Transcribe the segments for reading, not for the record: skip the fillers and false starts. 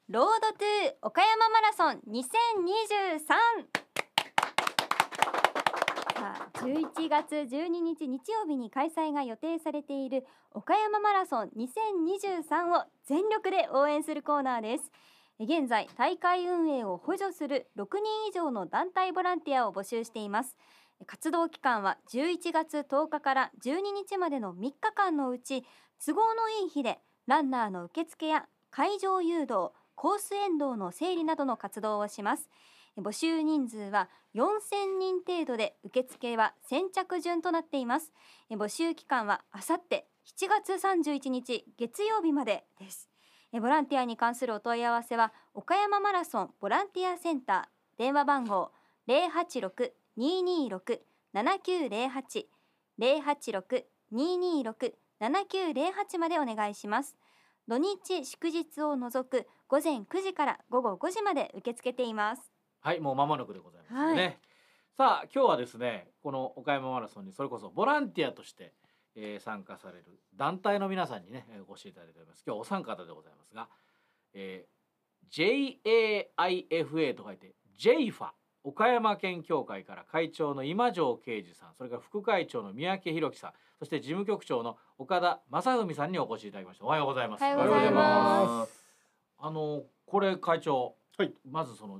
ロードトゥ岡山マラソン2023。さあ、11月12日日曜日に開催が予定されている岡山マラソン2023を全力で応援するコーナーです。現在大会運営を補助する6人以上の団体ボランティアを募集しています。活動期間は11月10日から12日までの3日間のうち、都合のいい日でランナーの受付や会場誘導、コース沿道の整理などの活動をします。募集人数は4000人程度で、受付は先着順となっています。募集期間はあさって7月31日月曜日までです。ボランティアに関するお問い合わせは岡山マラソンボランティアセンター、電話番号 086-226-7908 086-226-7908までお願いします。土日祝日を除く午前9時から午後5時まで受け付けています。 はい、もう間もなくでございますね、はい、さあ今日はですね、この岡山マラソンにそれこそボランティアとして、参加される団体の皆さんにね、お越しいただいております。今日はお三方でございますが、JAIFA と書いて JFA 岡山県協会から会長の今城啓二さん、それから副会長の三宅宏樹さん、そして事務局長の岡田正文さんにお越しいただきました。おはようございます。 おはようございます。 これ会長、 はい、 まずその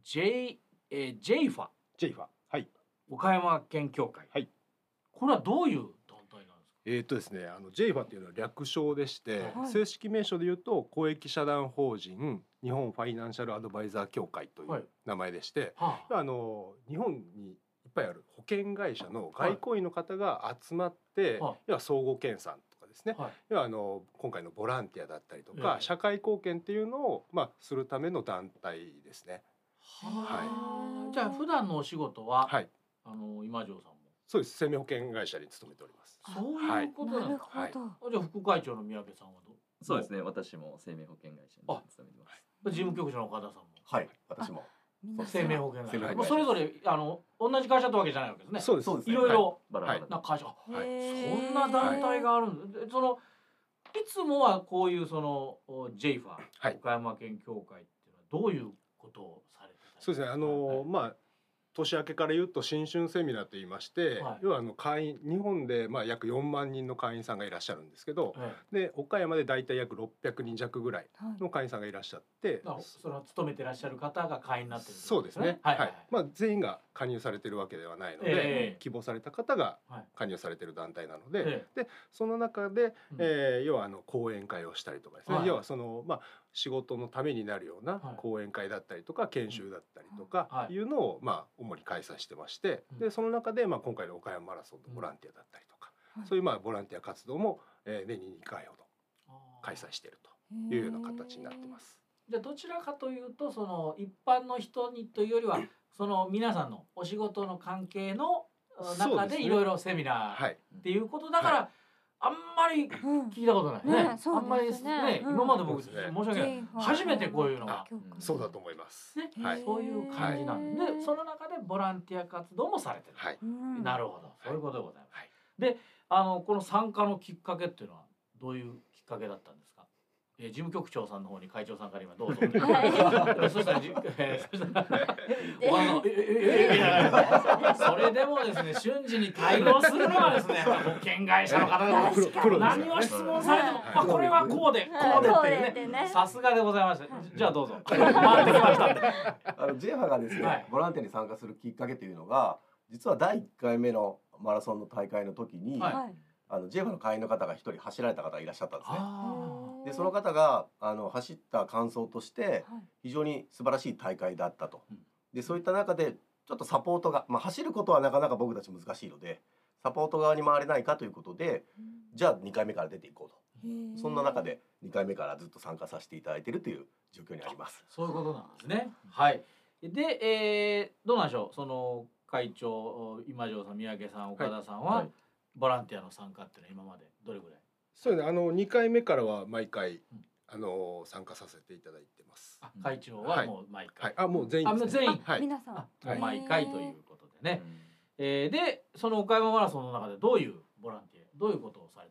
JFA はい、 岡山県協会、 はい、 これはどういう団体なんですか？ ですね、JFA っていうのは略称でして、 はい、正式名称で言うと公益社団法人日本ファイナンシャルアドバイザー協会という名前でして、はい、日本にいっぱいある保険会社の外交員の方が集まって、はい、要は相互研鑽とかですね、はい、要は今回のボランティアだったりとか、社会貢献っていうのを、するための団体ですね。 はい、じゃあ普段のお仕事は、はい、今城さんもそうです、生命保険会社に勤めております。 そういうことなんですか。はい、じゃあ副会長の三宅さんはどう？ そうですね、私も生命保険会社に勤めてます。 事務局長の岡田さんも。 はい、私も生命保険会社。それぞれ同じ会社ってわけじゃないわけですね。 そうです。 いろいろバラバラな会社。そんな団体があるんで、いつもはこういうその JFA 岡山県協会っていうのはどういうことをされてたんですか？ そうですね、年明けから言うと新春セミナーと言いまして、はい、要は会員日本で約4万人の会員さんがいらっしゃるんですけど、で岡山でだいたい約600人弱ぐらいの会員さんがいらっしゃって、 それは勤めてらっしゃる方が会員になってるんですね。 そうですね、はい、全員が加入されてるわけではないので、希望された方が加入されてる団体なので、でその中で、要は講演会をしたりとかですね、要は仕事のためになるような講演会だったりとか研修だったりとかいうのを主に開催してまして、でその中で今回の岡山マラソンのボランティアだったりとか、そういうボランティア活動も年に2回ほど開催しているというような形になってます。 じゃあどちらかというとその一般の人にというよりはその皆さんのお仕事の関係の中でいろいろセミナーっていうことだから、あんまり聞いたことないね。あんまりね、今まで僕申し訳ない、初めてこういうのが。 そうだと思います。 ね、そういう感じなんで、その中でボランティア活動もされてる。なるほど、そういうことでございます。で、この参加のきっかけっていうのはどういうきっかけだったんですか？事務局長さんの方に会長さんから今どうぞ。そしたらそれでもですね、瞬時に対応するのはですね、保険会社の方が何を質問されても、これはこうでっていうね、さすがでございます。じゃあどうぞ。回ってきましたんで。 JFA がですね、ボランティアに参加するきっかけというのが、実は第1回目のマラソンの大会の時に、JFA の会員の方が一人走られた方がいらっしゃったんですね。でその方が走った感想として非常に素晴らしい大会だったと。でそういった中でちょっとサポートが、走ることはなかなか僕たち難しいのでサポート側に回れないかということで、じゃあ2回目から出ていこうと。そんな中で2回目からずっと参加させていただいているという状況にあります。 そういうことなんですね。はい。で、どうなんでしょう、その会長今城さん、三宅さん、岡田さんは、ボランティアの参加っていうのは今までどれぐらい？ そうね、2回目からは毎回参加させていただいてます。 会長はもう毎回、 もう全員ですね。 全員、 皆さん毎回ということでね。でその岡山マラソンの中でどういうボランティア、どういうことをされてきたんです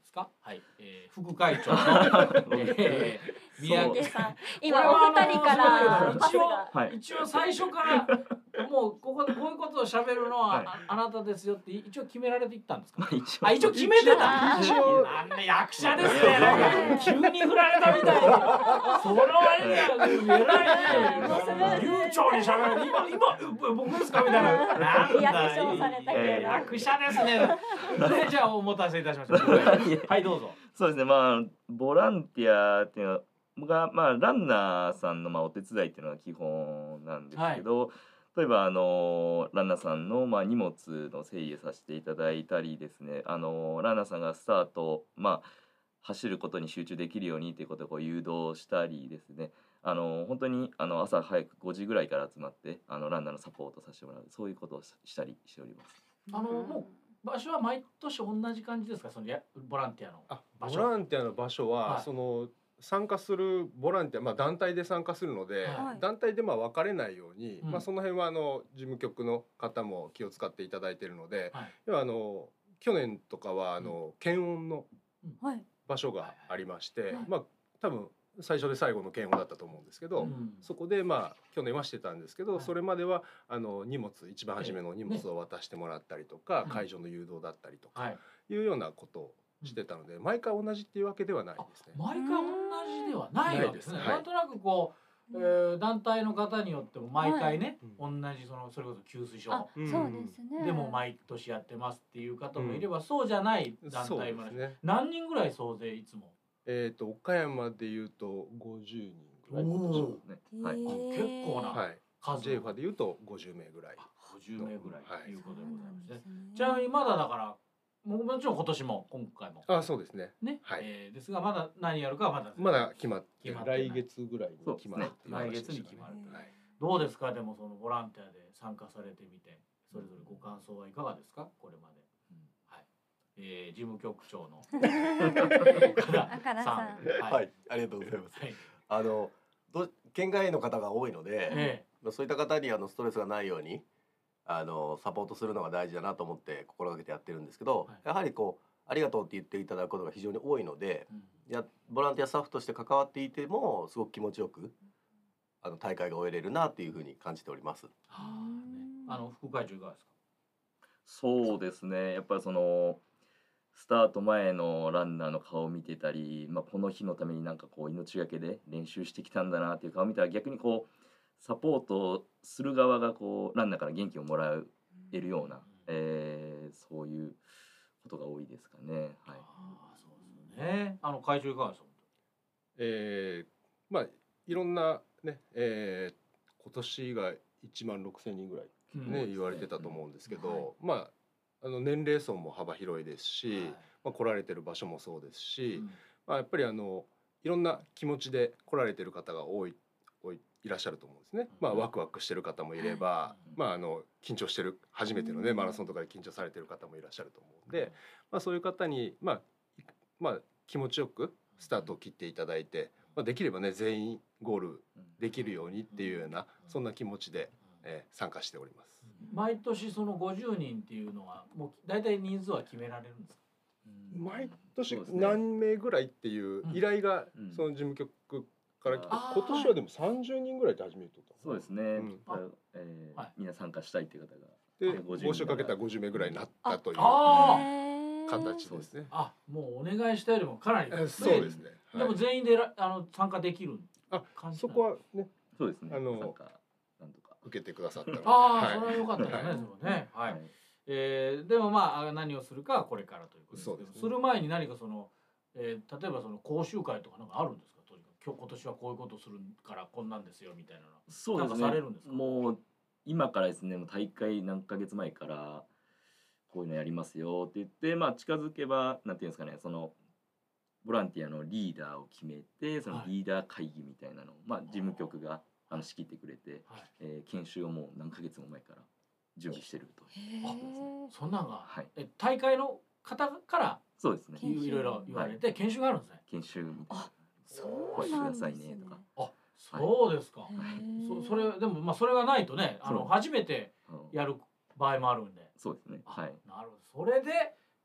ですか。はい、副会長の宮家さん、今お二人から一応最初からもうここでこういうことを喋るのはあなたですよって一応決められていったんですか。一応決めてた。一応役者ですね。急に振られたみたいに。その割には偉いね。流暢に喋る。今僕ですかみたいな。なんだ役者ですね。じゃあお持たせいたしました。はいどうぞ。 そうですね。まあボランティアっていうのはがランナーさんのお手伝いっていうのが基本なんですけど、例えばランナーさんの荷物の整理させていただいたりですね、ランナーさんがスタート走ることに集中できるようにということを誘導したりですね、本当に朝早く5時ぐらいから集まってランナーのサポートさせてもらう、そういうことをしたりしております。 もう場所は毎年同じ感じですか、そのボランティアの場所。 ボランティアの場所は、その参加するボランティア、団体で参加するので、団体で分かれないように、その辺は事務局の方も気を使っていただいているので、要は去年とかは検温の場所がありまして、多分最初で最後の検温だったと思うんですけど、そこで去年はしてたんですけど、それまでは荷物、一番初めの荷物を渡してもらったりとか、会場の誘導だったりとかいうようなことをしてたので、毎回同じっていうわけではないですね。 毎回同じではないわけですね。なんとなくこう、団体の方によっても毎回ね、同じそれこそ給水所でも毎年やってますっていう方もいれば、そうじゃない団体も何人ぐらい総勢いつも。 岡山でいうと50人ぐらい結構な数。 ジェイファでいうと50名ぐらい。 50名ぐらいということでございますね。ちなみにまだだからもちろん今年も今回もそうですね。 ですがまだ何やるかはまだ決まって来月ぐらいに決まる。 来月に決まる。どうですか、でもそのボランティアで参加されてみて、それぞれご感想はいかがですか、これまで。事務局長の岡田さん。 はい、ありがとうございます。県外の方が多いので、そういった方にストレスがないようにサポートするのが大事だなと思って心がけてやってるんですけど、やはりありがとうって言っていただくことが非常に多いので、ボランティアスタッフとして関わっていてもすごく気持ちよく大会が終えれるなっていうふうに感じております。 副会長いかがですか。 そうですね、やっぱりスタート前のランナーの顔を見てたり、この日のために命がけで練習してきたんだなっていう顔を見たら、逆にサポートする側がランナーから元気をもらえるような、そういうことが多いですかね。はい。 そうですね。会長いかがですか。いろんなね、今年が16,000人ぐらいね、言われてたと思うんですけど、年齢層も幅広いですし、来られてる場所もそうですし、やっぱりいろんな気持ちで来られてる方がいらっしゃると思うんですね。ワクワクしてる方もいれば、緊張してる、初めてのねマラソンとかで緊張されてる方もいらっしゃると思うんで、そういう方に気持ちよくスタートを切っていただいて、できればね全員ゴールできるようにっていうような、そんな気持ちで参加しております。 毎年その50人っていうのはもう大体人数は決められるんですか。 毎年何名ぐらいっていう依頼がその事務局から来て、今年はでも30人ぐらいで始めると。 そうですね。みんな参加したいっていう方がで募集かけたら50名ぐらいになったという形ですね。 もうお願いしたよりもかなり。 そうですね。 でも全員で参加できる。 そこはね。 そうですね。 受けてくださったので。 それは良かったですね。それね。はい。でも何をするかはこれからということですけど、する前に何か例えば講習会とかあるんですか。とにかく今年はこういうことするからこんなんですよみたいなの。 そうですね。されるんですか。もう今からですね、もう大会何ヶ月前からこういうのやりますよって言って、近づけばなんていうんですかね、ボランティアのリーダーを決めて、そのリーダー会議みたいなのを事務局が仕切ってくれて、研修をもう何ヶ月も前から準備してると。 そんなんが、大会の方からそうですね、 いろいろ言われて研修があるんですね。 研修みたいな。 そうなんですね。 そうですか。それでもそれがないとね、初めてやる場合もあるんで。 そうですね。はい。 なるほど。それで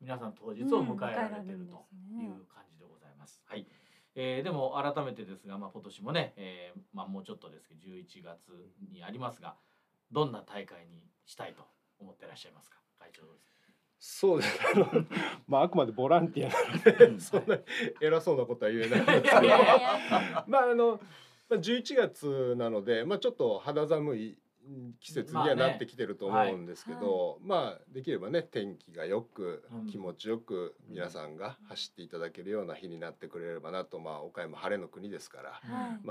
皆さん当日を迎えられているという感じでございます。はい。でも改めてですが、今年もね、もうちょっとですけど11月にありますが、どんな大会にしたいと思っていらっしゃいますか、会長です。 そうです。あくまでボランティアなのでそんな偉そうなことは言えないんですけど、11月なので、ちょっと肌寒い季節にはなってきてると思うんですけど、できればね、天気がよく気持ちよく皆さんが走っていただけるような日になってくれればなと、岡山晴れの国ですから、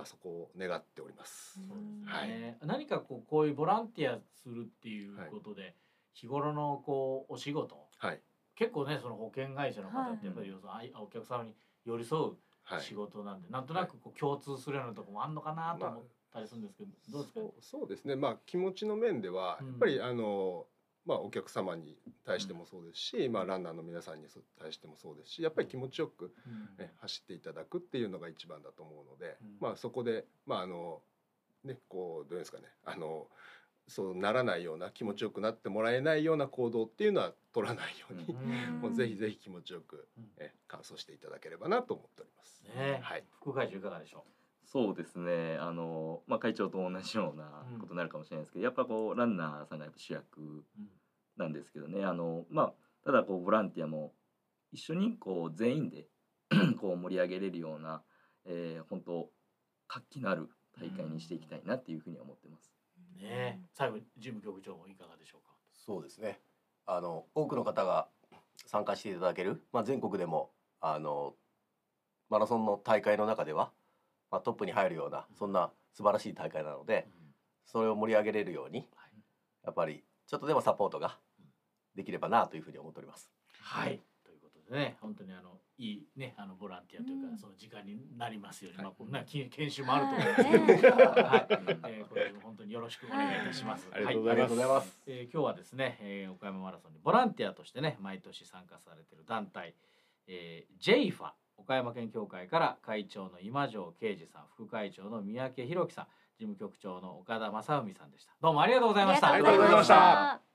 そこを願っております。 はい。何かこういうボランティアするっていうことで、日頃のお仕事、結構ね、その保険会社の方ってやっぱりお客様に寄り添う仕事なんで、なんとなく共通するようなところもあるのかなと思ったりするんですけど、どうですか？ そうですね。気持ちの面ではやっぱりお客様に対してもそうですし、ランナーの皆さんに対してもそうですし、やっぱり気持ちよく走っていただくっていうのが一番だと思うので、そこでどうですかね、そうならないような、気持ちよくなってもらえないような行動っていうのは取らないように、もうぜひぜひ気持ちよく完走していただければなと思っております。 はい。副会長いかがでしょう？ そうですね。会長と同じようなことになるかもしれないですけど、やっぱランナーさんがやっぱ主役なんですけどね。ただボランティアも一緒に全員で盛り上げれるような、本当活気のある大会にしていきたいなっていうふうに思ってます。 最後事務局長もいかがでしょうか？ そうですね。多くの方が参加していただける、全国でもマラソンの大会の中では、トップに入るようなそんな素晴らしい大会なので、それを盛り上げれるようにやっぱりちょっとでもサポートができればなというふうに思っております。 はい。ということでね、本当にいいね、ボランティアというか、その時間になりますように、こんな研修もあると思いますけど、これも本当によろしくお願いいたします。 ありがとうございます。 今日はですね、岡山マラソンにボランティアとしてね、毎年参加されている団体、JFA岡山県協会から会長の今城啓二さん、副会長の三宅宏樹さん、事務局長の岡田正文さんでした。どうもありがとうございました。 ありがとうございました。